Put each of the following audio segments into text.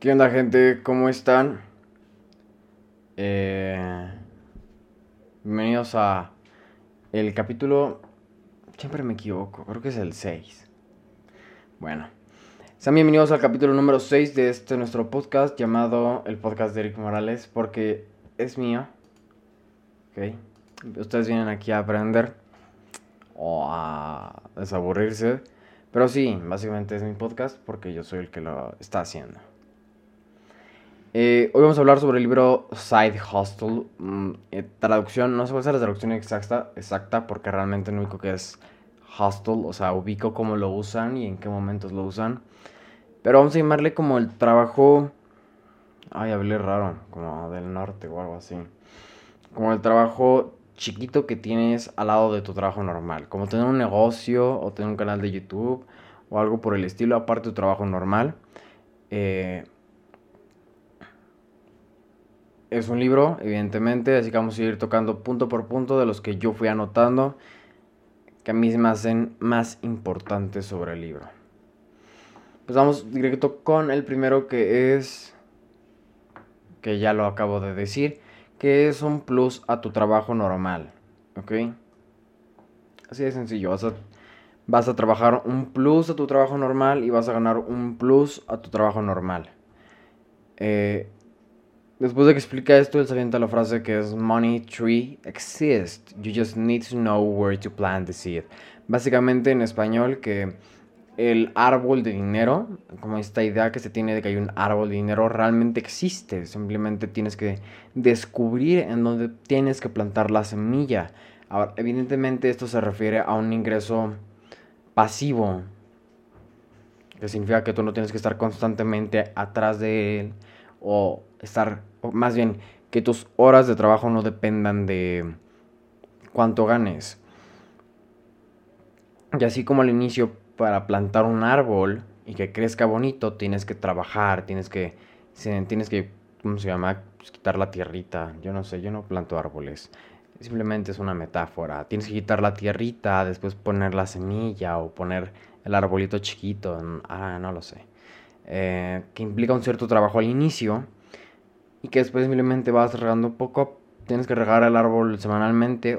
¿Qué onda, gente? ¿Cómo están? Eh, Bienvenidos a el capítulo... Siempre me equivoco, creo que es el 6. Bueno, sean bienvenidos al capítulo número 6 de nuestro podcast llamado el podcast de Eric Morales, porque es mío, ¿ok? Ustedes vienen aquí a aprender o a desaburrirse, pero sí, básicamente es mi podcast porque yo soy el que lo está haciendo. Hoy vamos a hablar sobre el libro Side Hustle. Traducción, no sé cuál es la traducción exacta porque realmente no ubico que es hustle, o sea, ubico cómo lo usan y en qué momentos lo usan. Pero vamos a llamarle como el trabajo... Ay, hablé raro, como del norte o algo así. Como el trabajo chiquito que tienes al lado de tu trabajo normal. Como tener un negocio o tener un canal de YouTube o algo por el estilo, aparte de tu trabajo normal. Eh, Es un libro, evidentemente, así que vamos a ir tocando punto por punto de los que yo fui anotando, que a mí se me hacen más importantes sobre el libro. Pues vamos directo con el primero que es, que ya lo acabo de decir, que es un plus a tu trabajo normal, ¿ok? Así de sencillo, vas a trabajar un plus a tu trabajo normal y vas a ganar un plus a tu trabajo normal. Eh, Después de que explica esto, él se avienta la frase que es Money tree exists. You just need to know where to plant the seed. Básicamente en español que el árbol de dinero, como esta idea que se tiene de que hay un árbol de dinero, realmente existe. Simplemente tienes que descubrir en dónde tienes que plantar la semilla. Ahora, evidentemente esto se refiere a un ingreso pasivo, que significa que tú no tienes que estar constantemente atrás de él o estar, o más bien, que tus horas de trabajo no dependan de cuánto ganes. Y así como al inicio, para plantar un árbol y que crezca bonito, tienes que trabajar, tienes que, ¿cómo se llama? Pues quitar la tierrita. Yo no sé, yo no planto árboles. Simplemente es una metáfora. Tienes que quitar la tierrita, después poner la semilla o poner el arbolito chiquito. No lo sé. Que implica un cierto trabajo al inicio y que después simplemente vas regando poco. Tienes que regar el árbol semanalmente.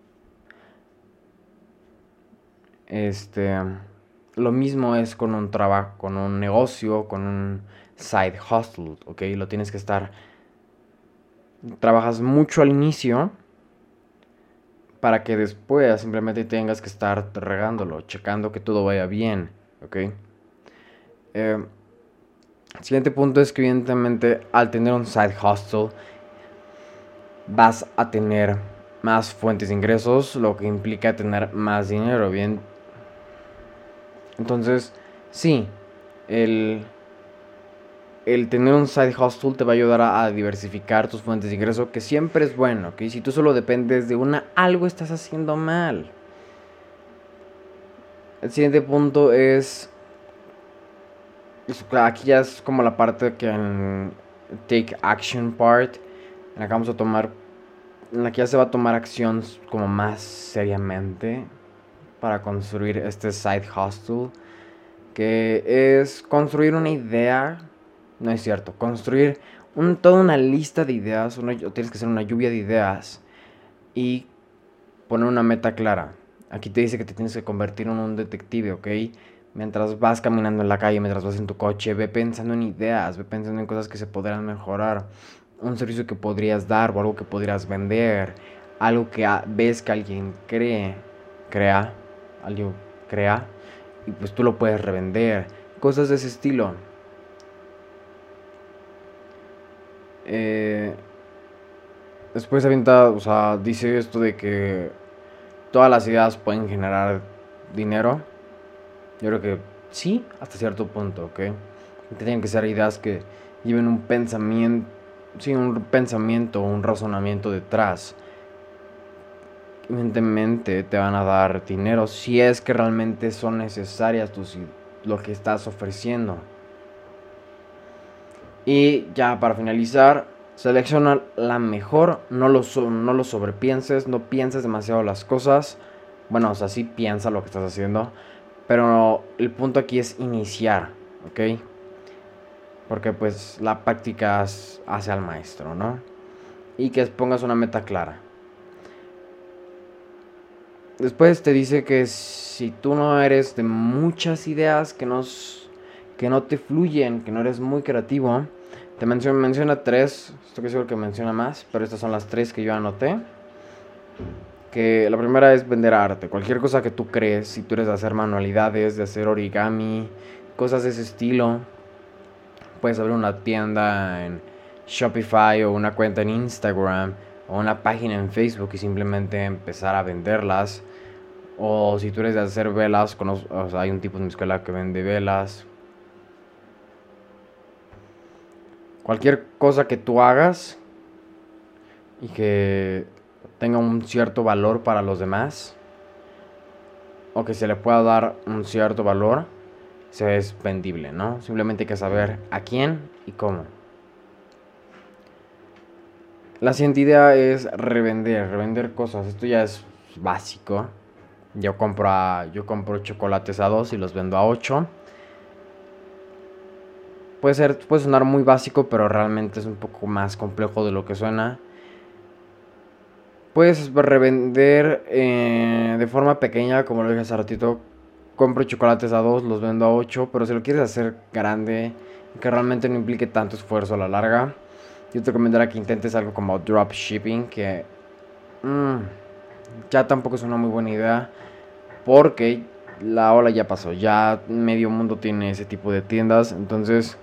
Este, lo mismo es con un trabajo, con un negocio, con un side hustle, ¿ok? Lo tienes que estar, trabajas mucho al inicio para que después simplemente tengas que estar regándolo, checando que todo vaya bien, ¿ok? El siguiente punto es que evidentemente al tener un side hustle vas a tener más fuentes de ingresos, lo que implica tener más dinero, bien. Entonces, sí, el, el tener un side hustle te va a ayudar a diversificar tus fuentes de ingreso, que siempre es bueno, ¿ok? Si tú solo dependes de una, algo estás haciendo mal. El siguiente punto es, aquí ya es como la parte que en Take Action Part, en la que vamos a tomar, en la que ya se va a tomar acción como más seriamente para construir este side hustle, que es construir una idea, no es cierto, construir toda una lista de ideas, tienes que hacer una lluvia de ideas y poner una meta clara. Aquí te dice que te tienes que convertir en un detective, ¿ok? Mientras vas caminando en la calle, mientras vas en tu coche, ve pensando en ideas, ve pensando en cosas que se podrán mejorar, un servicio que podrías dar o algo que podrías vender, algo que ves que alguien alguien crea, y pues tú lo puedes revender, cosas de ese estilo. Eh, Después avienta, o sea, dice esto de que todas las ideas pueden generar dinero. Yo creo que sí, hasta cierto punto, ¿ok? Tienen que ser ideas que lleven un pensamiento, sí, un pensamiento, un razonamiento detrás. Evidentemente te van a dar dinero si es que realmente son necesarias lo que estás ofreciendo. Y ya para finalizar, selecciona la mejor, no lo sobrepienses, no pienses demasiado las cosas. Bueno, o sea, sí piensa lo que estás haciendo, pero el punto aquí es iniciar, ¿ok? porque pues la práctica hace al maestro, ¿no? Y que pongas una meta clara. Después te dice que si tú no eres de muchas ideas, que no te fluyen, que no eres muy creativo, te menciona 3, estoy seguro que menciona más, pero estas son las 3 que yo anoté. Que la primera es vender arte, cualquier cosa que tú crees, si tú eres de hacer manualidades, de hacer origami, cosas de ese estilo. Puedes abrir una tienda en Shopify o una cuenta en Instagram o una página en Facebook y simplemente empezar a venderlas. O si tú eres de hacer velas, o sea, hay un tipo en mi escuela que vende velas. Cualquier cosa que tú hagas y que tenga un cierto valor para los demás, o que se le pueda dar un cierto valor, se es vendible, ¿no? Simplemente hay que saber a quién y cómo. La siguiente idea es revender cosas. Esto ya es básico. Yo compro chocolates a 2 y los vendo a 8. Puede sonar muy básico, pero realmente es un poco más complejo de lo que suena. Puedes revender de forma pequeña, como lo dije hace ratito. Compro chocolates a 2, los vendo a 8. Pero si lo quieres hacer grande, que realmente no implique tanto esfuerzo a la larga, yo te recomendaría que intentes algo como dropshipping, que ya tampoco es una muy buena idea, porque la ola ya pasó. Ya medio mundo tiene ese tipo de tiendas. Entonces,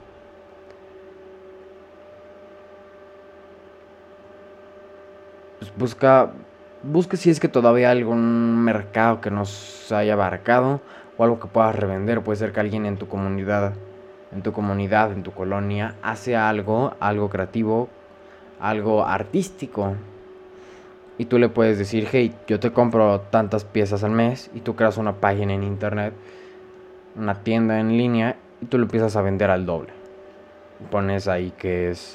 pues busca si es que todavía hay algún mercado que no se haya abarcado o algo que puedas revender. Puede ser que alguien en tu comunidad, en tu colonia, hace algo creativo, algo artístico. Y tú le puedes decir, hey, yo te compro tantas piezas al mes, y tú creas una página en internet, una tienda en línea, y tú lo empiezas a vender al doble. Pones ahí que es,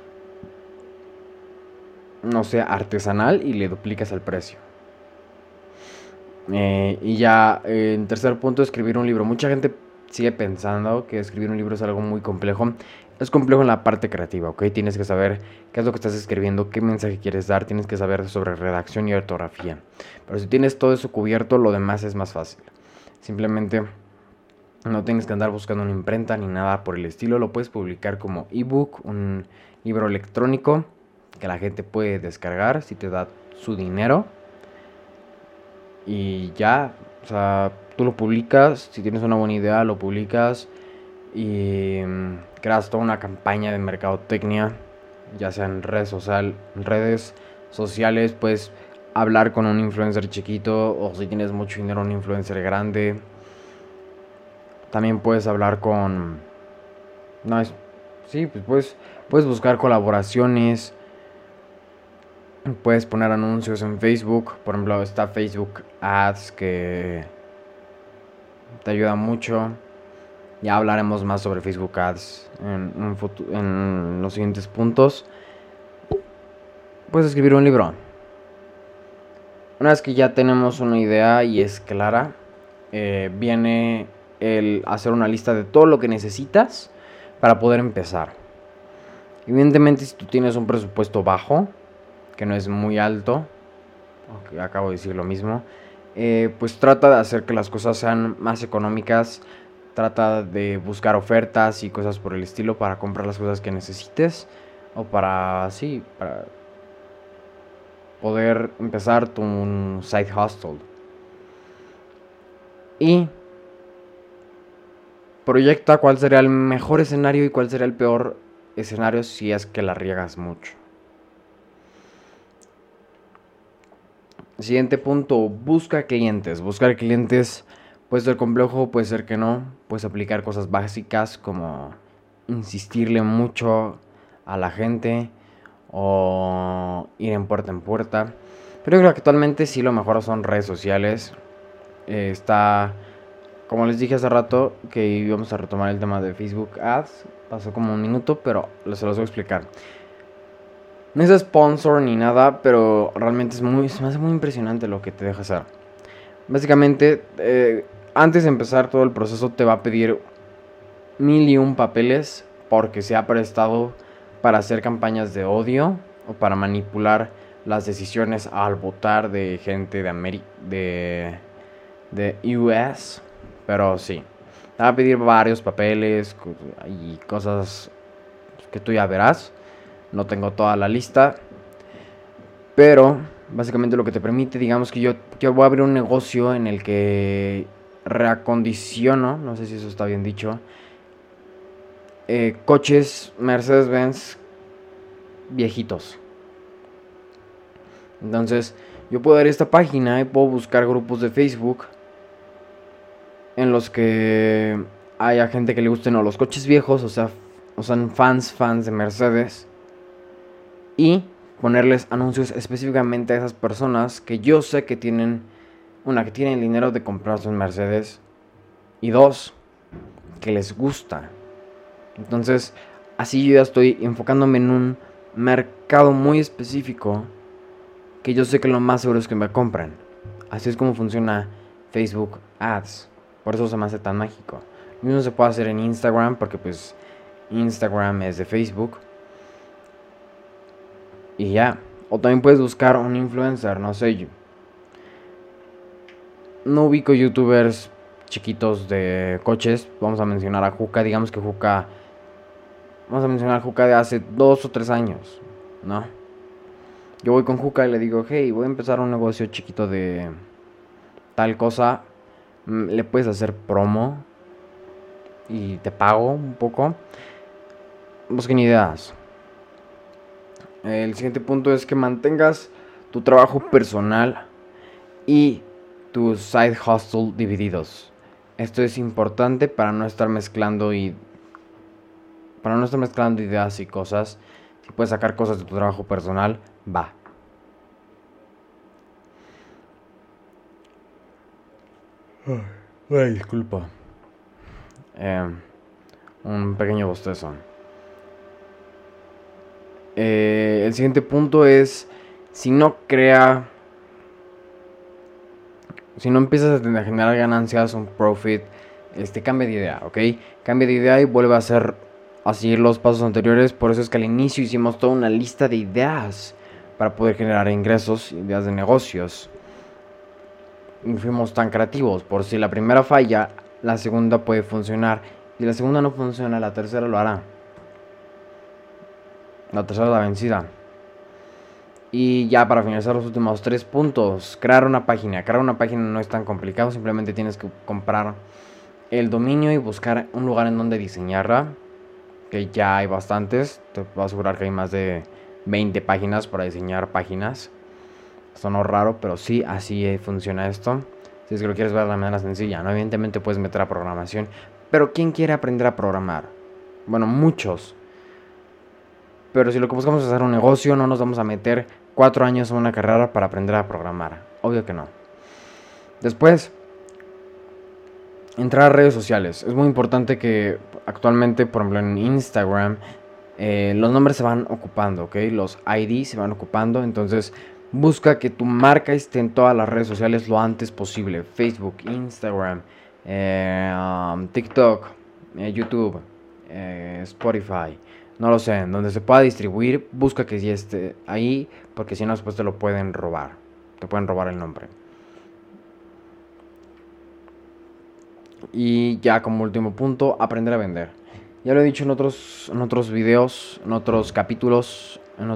no sé, artesanal, y le duplicas el precio. Y ya, en tercer punto, escribir un libro. Mucha gente sigue pensando que escribir un libro es algo muy complejo. Es complejo en la parte creativa, ¿ok? Tienes que saber qué es lo que estás escribiendo, qué mensaje quieres dar, tienes que saber sobre redacción y ortografía. Pero si tienes todo eso cubierto, lo demás es más fácil. Simplemente no tienes que andar buscando una imprenta ni nada por el estilo. Lo puedes publicar como ebook, un libro electrónico que la gente puede descargar si te da su dinero. Y ya, o sea, tú lo publicas, si tienes una buena idea, lo publicas y creas toda una campaña de mercadotecnia, ya sea en redes sociales. Puedes hablar con un influencer chiquito, o si tienes mucho dinero, un influencer grande. También puedes hablar con... No, sí, pues puedes buscar colaboraciones. Puedes poner anuncios en Facebook. Por ejemplo, está Facebook Ads, que te ayuda mucho. Ya hablaremos más sobre Facebook Ads en los siguientes puntos. Puedes escribir un libro. Una vez que ya tenemos una idea y es clara, viene el hacer una lista de todo lo que necesitas para poder empezar. Evidentemente, si tú tienes un presupuesto bajo, que no es muy alto, aunque acabo de decir lo mismo, pues trata de hacer que las cosas sean más económicas. Trata de buscar ofertas y cosas por el estilo para comprar las cosas que necesites, o para poder empezar tu side hustle. Y proyecta cuál sería el mejor escenario y cuál sería el peor escenario si es que la riegas mucho. Siguiente punto, buscar clientes. Buscar clientes puede ser complejo, puede ser que no. Puedes aplicar cosas básicas como insistirle mucho a la gente o ir en puerta. Pero yo creo que actualmente sí lo mejor son redes sociales. Como les dije hace rato, que íbamos a retomar el tema de Facebook Ads. Pasó como un minuto, pero se los voy a explicar. No es sponsor ni nada, pero realmente se me hace muy impresionante lo que te deja hacer. Básicamente, antes de empezar todo el proceso, te va a pedir 1001 papeles porque se ha prestado para hacer campañas de odio o para manipular las decisiones al votar de gente de US. Pero sí, te va a pedir varios papeles y cosas que tú ya verás. No tengo toda la lista, pero básicamente lo que te permite, digamos que yo voy a abrir un negocio en el que reacondiciono, no sé si eso está bien dicho, coches Mercedes-Benz viejitos. Entonces yo puedo ir a esta página y puedo buscar grupos de Facebook en los que haya gente que le gusten los coches viejos, o sean fans de Mercedes, y ponerles anuncios específicamente a esas personas que yo sé que tienen, que tienen dinero de comprarse un Mercedes, y dos, que les gusta. Entonces, así yo ya estoy enfocándome en un mercado muy específico que yo sé que lo más seguro es que me compren. Así es como funciona Facebook Ads. Por eso se me hace tan mágico. Lo mismo se puede hacer en Instagram, porque pues Instagram es de Facebook. Y ya. O también puedes buscar un influencer, no sé. Yo no ubico youtubers chiquitos de coches. Vamos a mencionar a Juca. Digamos que Juca... Vamos a mencionar a Juca de hace 2 o 3 años, ¿no? Yo voy con Juca y le digo, hey, voy a empezar un negocio chiquito de tal cosa. Le puedes hacer promo y te pago un poco. Busquen ideas. El siguiente punto es que mantengas tu trabajo personal y tu side hustle divididos. Esto es importante para no estar mezclando ideas y cosas. Si puedes sacar cosas de tu trabajo personal, va. Ay, disculpa. Un pequeño bostezo. El siguiente punto es, si no empiezas a generar ganancias, un profit, cambia de idea, ¿ok? Cambia de idea y vuelve a seguir los pasos anteriores. Por eso es que al inicio hicimos toda una lista de ideas para poder generar ingresos, ideas de negocios. Y fuimos tan creativos, por si la primera falla, la segunda puede funcionar. Si la segunda no funciona, la tercera lo hará. La tercera es la vencida. Y ya para finalizar los últimos 3 puntos, crear una página. Crear una página no es tan complicado, simplemente tienes que comprar el dominio y buscar un lugar en donde diseñarla, que ya hay bastantes. Te puedo asegurar que hay más de 20 páginas para diseñar páginas. Sonó raro, pero sí, así funciona esto. Si es que lo quieres ver de la manera sencilla, ¿no? Evidentemente puedes meter a programación, pero ¿quién quiere aprender a programar? Bueno, muchos. Pero si lo que buscamos es hacer un negocio, no nos vamos a meter 4 años en una carrera para aprender a programar. Obvio que no. Después, entrar a redes sociales. Es muy importante que actualmente, por ejemplo, en Instagram, los nombres se van ocupando, ¿ok? Los ID se van ocupando. Entonces, busca que tu marca esté en todas las redes sociales lo antes posible. Facebook, Instagram, TikTok, YouTube, Spotify. No lo sé, en donde se pueda distribuir, busca que ya esté ahí, porque si no después te lo pueden robar. Te pueden robar el nombre. Y ya como último punto, aprender a vender. Ya lo he dicho en otros videos, en otros capítulos.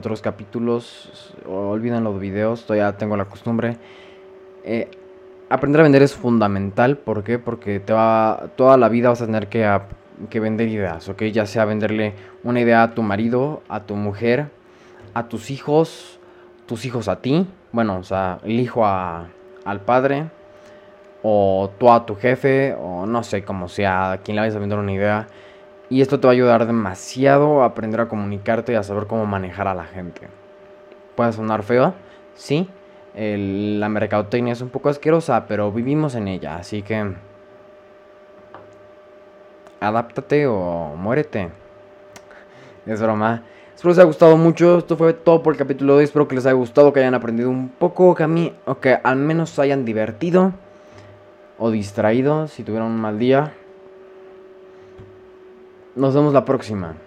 Olviden los videos, todavía tengo la costumbre. Aprender a vender es fundamental. ¿Por qué? Porque toda la vida vas a tener que vender ideas, ¿ok? Ya sea venderle una idea a tu marido, a tu mujer, a tus hijos a ti. Bueno, o sea, el hijo al padre, o tú a tu jefe, o no sé, como sea, a quien le vayas a vender una idea. Y esto te va a ayudar demasiado a aprender a comunicarte y a saber cómo manejar a la gente. Puede sonar feo, sí. La mercadotecnia es un poco asquerosa, pero vivimos en ella, así que adáptate o muérete. Es broma. Espero les haya gustado mucho. Esto fue todo por el capítulo de hoy. Espero que les haya gustado, que hayan aprendido un poco, o que al menos se hayan divertido o distraído si tuvieron un mal día. Nos vemos la próxima.